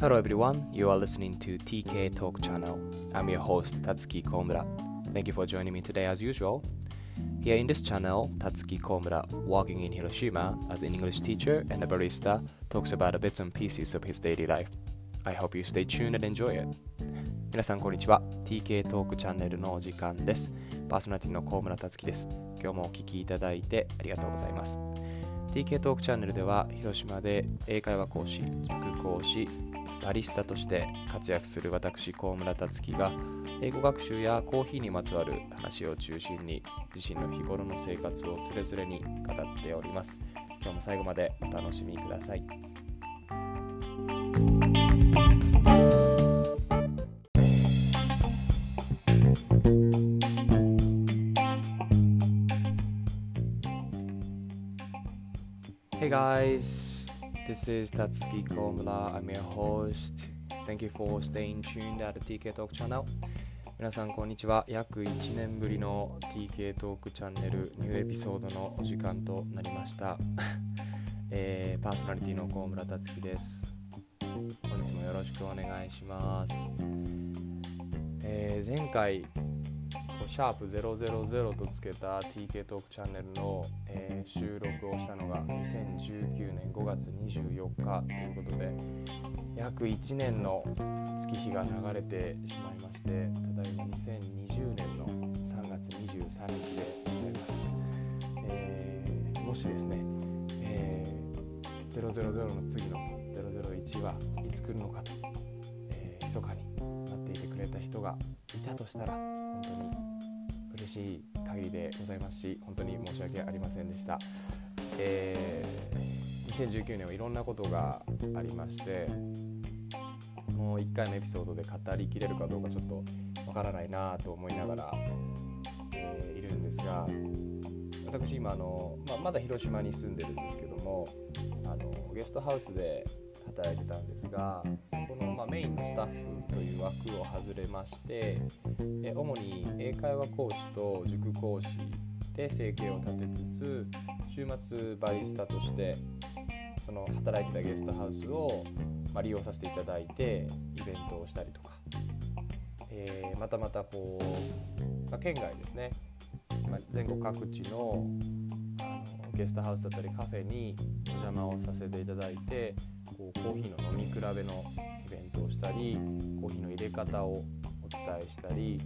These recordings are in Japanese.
Hello everyone, you are listening to TK Talk Channel. I'm your host, Tatsuki Komura. Thank you for joining me today as usual. Here in this channel, Tatsuki Komura, working in Hiroshima as an English teacher and a barista, talks about the bits and pieces of his daily life. I hope you stay tuned and enjoy it. 皆さんこんにちは。TK トークチャンネルのお時間です。パーソナリティの高村達樹です。今日もお聞きいただいてありがとうございます。TK トークチャンネルでは広島で英会話講師、塾講師、バリスタとして活躍する私高村達樹が英語学習やコーヒーにまつわる話を中心に自身の日頃の生活をつれづれに語っております。今日も最後までお楽しみください。Hey guys, this is Tatsuki Komura. I'm your host. Thank you for staying tuned at the TK Talk Channel. 皆さんこんにちは。約1年ぶりの TK トークチャンネルニューエピソードのお時間となりました。パーソナリティの高村達樹です。本日もよろしくお願いします。前回シャープ000とつけた TK トークチャンネルの、収録をしたのが2019年5月24日ということで約1年の月日が流れてしまいまして、ただいま2020年の3月23日でございます。もしですね、000の次の001はいつ来るのかと、密かに待っていてくれた人がいたとしたら本当に嬉しい限りでございますし、本当に申し訳ありませんでした。2019年はいろんなことがありまして、もう1回のエピソードで語りきれるかどうかちょっとわからないなと思いながら、いるんですが、私今まだ広島に住んでるんですけども、ゲストハウスで働いてたんですが、そこの、メインのスタッフという枠を外れまして、主に英会話講師と塾講師で生計を立てつつ、週末バリスタとしてその働いてたゲストハウスを、利用させていただいてイベントをしたりとか、またこう、県外ですね、全国各地のゲストハウスだったりカフェにお邪魔をさせていただいて、コーヒーの飲み比べのイベントをしたり、コーヒーの入れ方をお伝えしたり、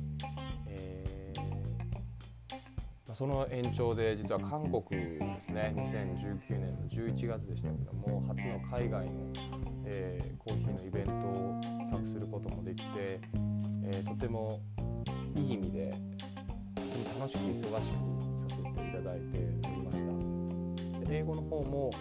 その延長で実は韓国ですね、2019年の11月でしたけども、初の海外の、コーヒーのイベントを企画することもできて、とてもいい意味でとても楽しく忙しくさせていただいておりました。で英語の方も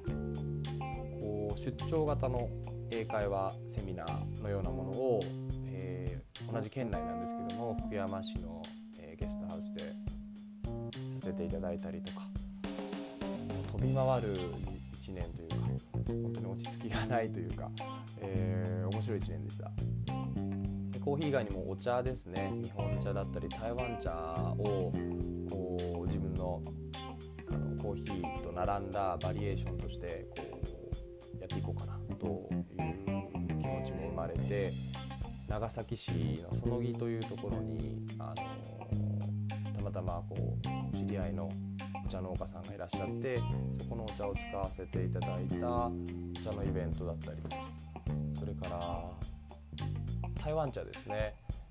出張型の英会話セミナーのようなものを、同じ県内なんですけども福山市の、ゲストハウスでさせていただいたりとか、飛び回る1年というか、本当に落ち着きがないというか、面白い1年でした。でコーヒー以外にもお茶ですね、日本茶だったり台湾茶を自分のコーヒーと並んだバリエーションとしてやっていこうかなという気持ちも生まれて、長崎市のそのぎというところにたまたま知り合いのお茶農家さんがいらっしゃって、そこのお茶を使わせていただいたお茶のイベントだったり、それから台湾茶ですね、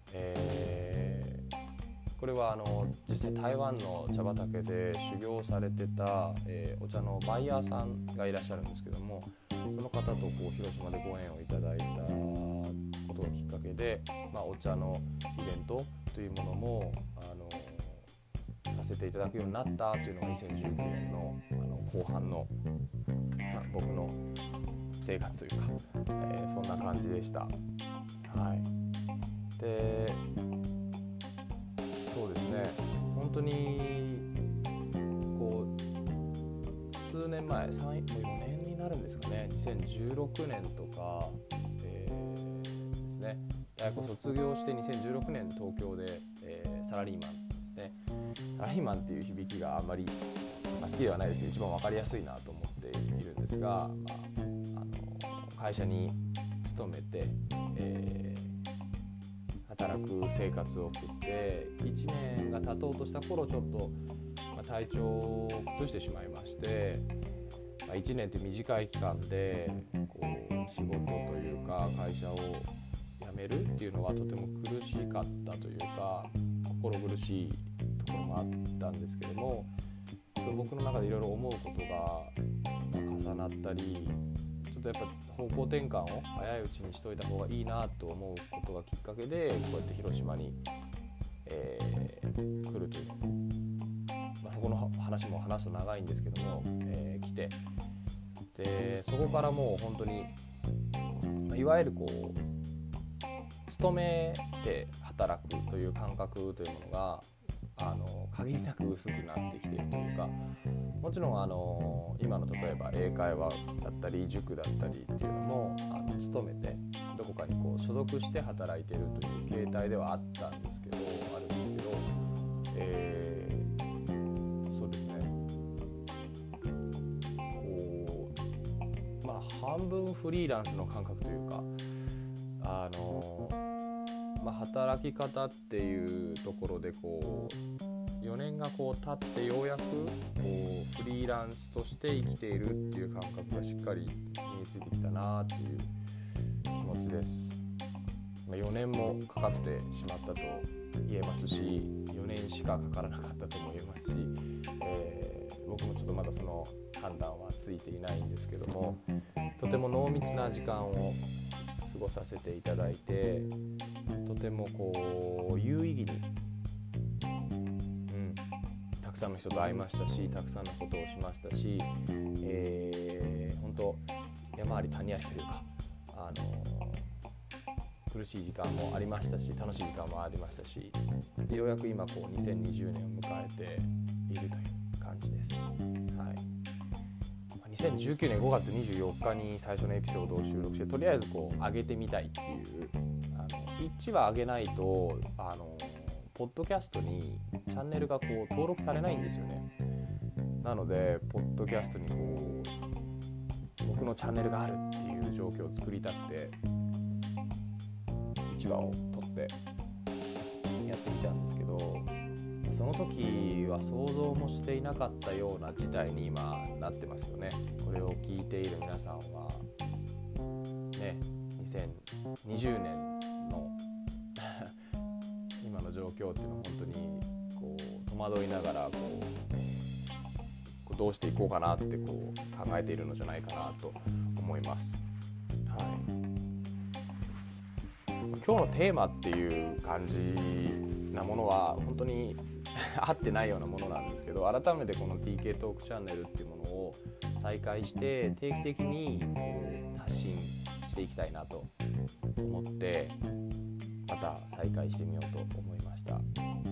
これは実際台湾の茶畑で修行されてた、お茶のバイヤーさんがいらっしゃるんですけども、その方と広島でご縁をいただいたことがきっかけで、お茶のイベントというものもさせていただくようになったというのが2019年の後半の、僕の生活というか、そんな感じでした。はい。で、そうですね、本当に数年前、もう4年になるんですかね、2016年とか、ですね、大学を卒業して2016年東京で、サラリーマンですね。サラリーマンっていう響きがあんまり、好きではないですけど、一番分かりやすいなと思っているんですが、会社に勤勤めて、働く生活を送って1年が経とうとした頃、ちょっと、体調を崩してしまいまして、1年って短い期間でこう仕事というか会社を辞めるっていうのはとても苦しかったというか、心苦しいところもあったんですけども、僕の中でいろいろ思うことが重なったり、ちょっとやっぱ方向転換を早いうちにしといた方がいいなと思うことがきっかけで、こうやって広島に、来るという、そこの話も話すと長いんですけども、来て、でそこからもう本当にいわゆるこう勤めて働くという感覚というものが限りなく薄くなってきているというか、もちろん今の例えば英会話だったり塾だったりっていうのも勤めてどこかにこう所属して働いているという形態ではあるんですけど、そうですね、こう半分フリーランスの感覚というか、働き方っていうところでこう4年がこう経ってようやくこうフリーランスとして生きているっていう感覚がしっかり身についてきたなっていう気持ちです。4年もかかってしまったと言えますし、4年しかかからなかったとも言えますし、僕もちょっとまだその判断はついていないんですけども、とても濃密な時間を過ごさせていただいて、とてもこう有意義に、たくさんの人と会いましたし、たくさんのことをしましたし、本当山あり谷ありというか、苦しい時間もありましたし、楽しい時間もありましたし、ようやく今こう2020年を迎えているという感じです。2019年5月24日に最初のエピソードを収録して、とりあえずこう上げてみたいっていう、1話上げないとポッドキャストにチャンネルがこう登録されないんですよね。なのでポッドキャストにこう僕のチャンネルがあるっていう状況を作りたくて1話を撮ってやってみたんですけど、その時は想像もしていなかったような事態に今なってますよね。これを聞いている皆さんはね、2020年の今の状況っていうのは本当にこう戸惑いながらこうどうしていこうかなってこう考えているのじゃないかなと思います。今日のテーマっていう感じなものは本当に合ってないようなものなんですけど、改めてこの TK トークチャンネルっていうものを再開して定期的に発信していきたいなと思ってまた再開してみようと思いました。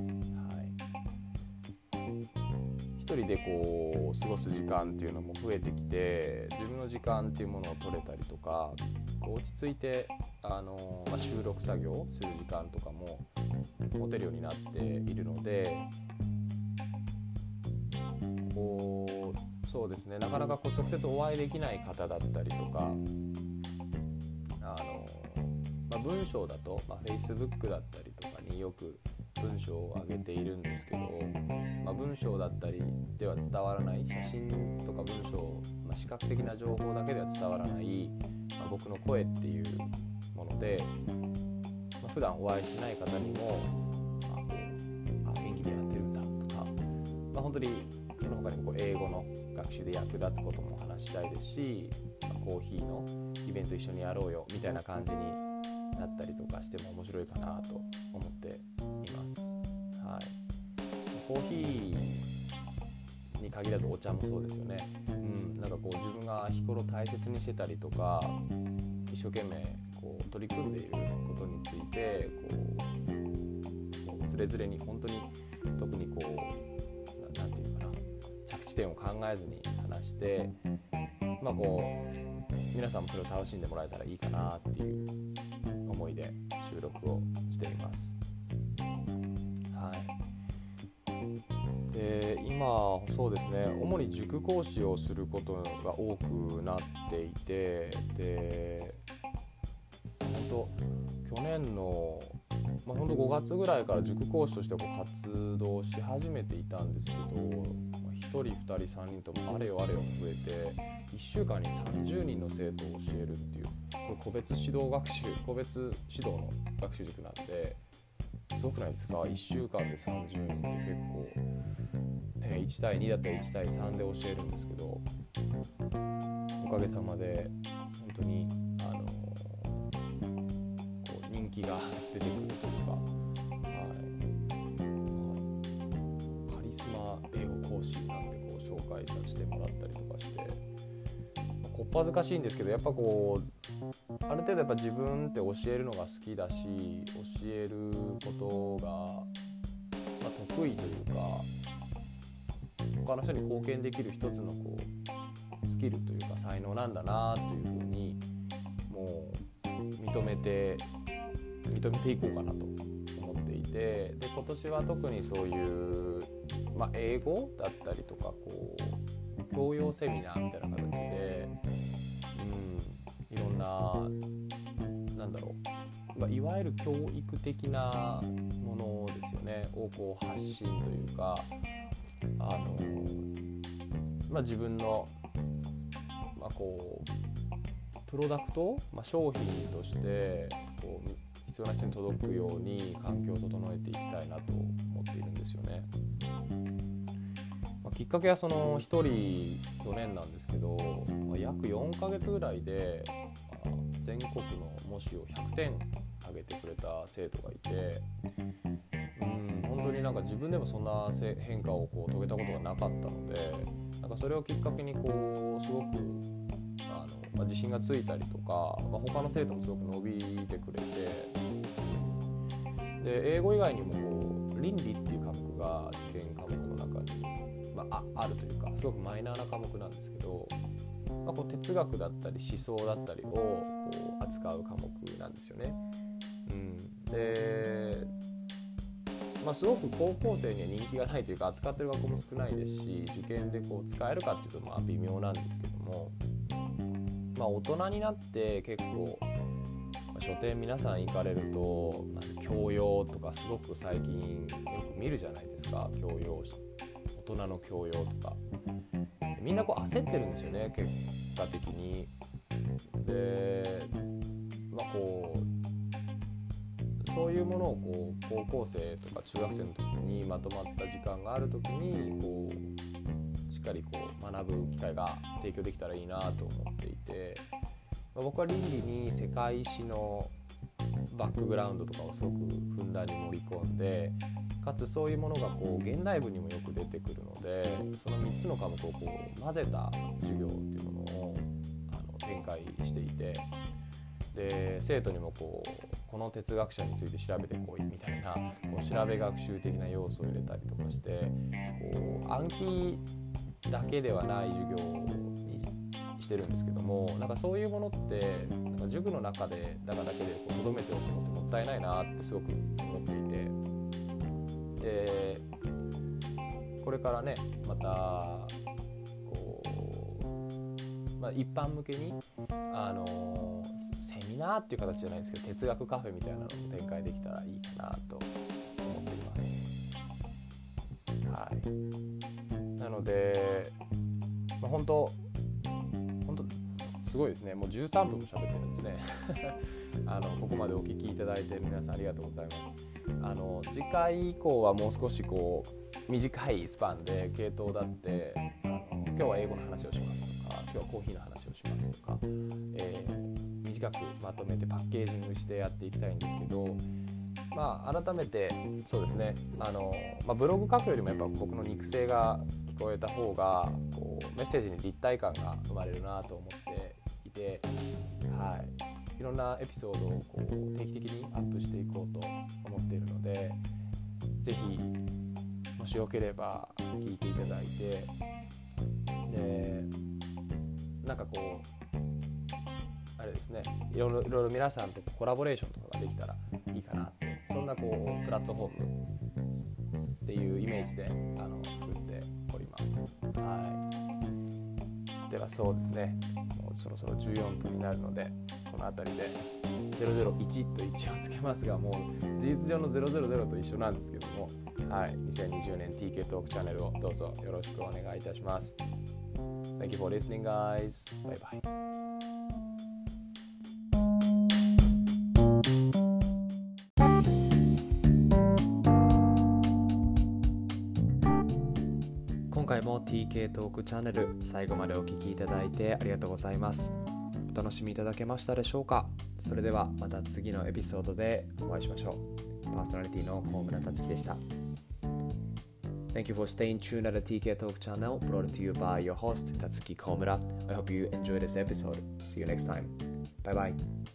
一人でこう過ごす時間っていうのも増えてきて、自分の時間っていうものを取れたりとか、落ち着いて収録作業をする時間とかも持てるようになっているので、こうそうですね、なかなかこう直接お会いできない方だったりとか、文章だと、Facebook だったりとかによく文章を上げているんですけど、文章だったりでは伝わらない写真とか文章、視覚的な情報だけでは伝わらない、僕の声っていうもので、普段お会いしない方にも元気でやってるんだとか、本当にその他にもこう英語の学習で役立つことも話したいですし、コーヒーのイベント一緒にやろうよみたいな感じになったりとかしても面白いかなと思っています。コーヒーに限らずお茶もそうですよね。なんかこう自分が日頃大切にしてたりとか一生懸命こう取り組んでいることについてこうズレズレに本当に特にこうなんていうかな、着地点を考えずに話して、こう皆さんもそれを楽しんでもらえたらいいかなっていう思いで収録をしています。で今そうですね、主に塾講師をすることが多くなっていて、で本当去年の、本当5月ぐらいから塾講師としてこう活動し始めていたんですけど、1人2人3人ともあれよあれよ増えて、1週間に30人の生徒を教えるっていう、これ個別指導の学習塾なんで、すごくないですか。1週間で30人って結構、1対2だったり1対3で教えるんですけど、おかげさまで本当にこう人気が出てくるというか、カリスマ英語講師なんてこう紹介させてもらったりとかして、こっぱずかしいんですけど、やっぱこうある程度やっぱ自分って教えるのが好きだし、教えることが、得意というか、他の人に貢献できる一つのこうスキルというか才能なんだなというふうにもう認めていこうかなと思っていて、で今年は特にそういう、英語だったりとかこう教養セミナーみたいな形で、いろんないわゆる教育的なものですよねをこう発信というか、自分の、こうプロダクト、商品としてこう必要な人に届くように環境を整えていきたいなと思っているんですよね。きっかけはその一人去年なんですけど、約4ヶ月ぐらいで全国の模試を100点上げてくれた生徒がいて、本当になんか自分でもそんな変化をこう遂げたことがなかったので、なんかそれをきっかけにこうすごく自信がついたりとか、他の生徒もすごく伸びてくれて、で英語以外にもこう倫理っていう科目が受験科目の中に、あるというか、すごくマイナーな科目なんですけど、こう哲学だったり思想だったりをこう扱う科目なんですよね。ですごく高校生には人気がないというか、扱ってる学校も少ないですし、受験でこう使えるかっていうと微妙なんですけども、大人になって結構、書店皆さん行かれると、教養とかすごく最近よく見るじゃないですか。教養、大人の教養とか、みんなこう焦ってるんですよね、結果的に。で、こうそういうものをこう高校生とか中学生の時にまとまった時間がある時にこうしっかりこう学ぶ機会が提供できたらいいなと思っていて、僕は倫理に世界史のバックグラウンドとかをすごくふんだんに盛り込んで、かつそういうものがこう現代文にもよく出てくるので、その3つの科目をこう混ぜた授業っていうものを展開していて、で生徒にもこの哲学者について調べてこいみたいなこう調べ学習的な要素を入れたりとかして、こう暗記だけではない授業にしてるんですけども、なんかそういうものってなんか塾の中でだけでとどめておくのってもったいないなってすごく思っていて、でこれからねまたこう、一般向けにセミナーっていう形じゃないですけど、哲学カフェみたいなのも展開できたらいいかなと思っています。はい。なので、本当すごいですね。もう13分も喋ってるんですね。ここまでお聞きいただいている皆さんありがとうございます。次回以降はもう少しこう短いスパンで系統だって今日は英語の話をしますとか、今日はコーヒーの話をしますとか、短くまとめてパッケージングしてやっていきたいんですけど、改めてそうですね、ブログ書くよりもやっぱ僕の肉声が聞こえた方がこうメッセージに立体感が生まれるなと思っていて、いろんなエピソードをこう定期的にアップしていこうと思っているので、ぜひもしよければ聞いていただいて、でなんかこうあれですね、いろいろ皆さんとコラボレーションとかができたらいいかなって、そんなこうプラットフォームっていうイメージで作っております。 てはそうですね、もうそろそろ14分になるので、この辺りで001と1をつけますが、もう事実上の000と一緒なんですけども、はい、2020年 TK トークチャンネルをどうぞよろしくお願いいたします。Thank you for listening, guys. Bye bye. 今回も TK トークチャンネル最後までお聞きいただいてありがとうございます。お楽しみいただけましたでしょうか。それではまた次のエピソードでお会いしましょう。パーソナリティの高村達樹でした。Thank you for staying tuned at the TK Talk channel, brought to you by your host Tatsuki Komura. I hope you enjoyed this episode. See you next time. Bye bye.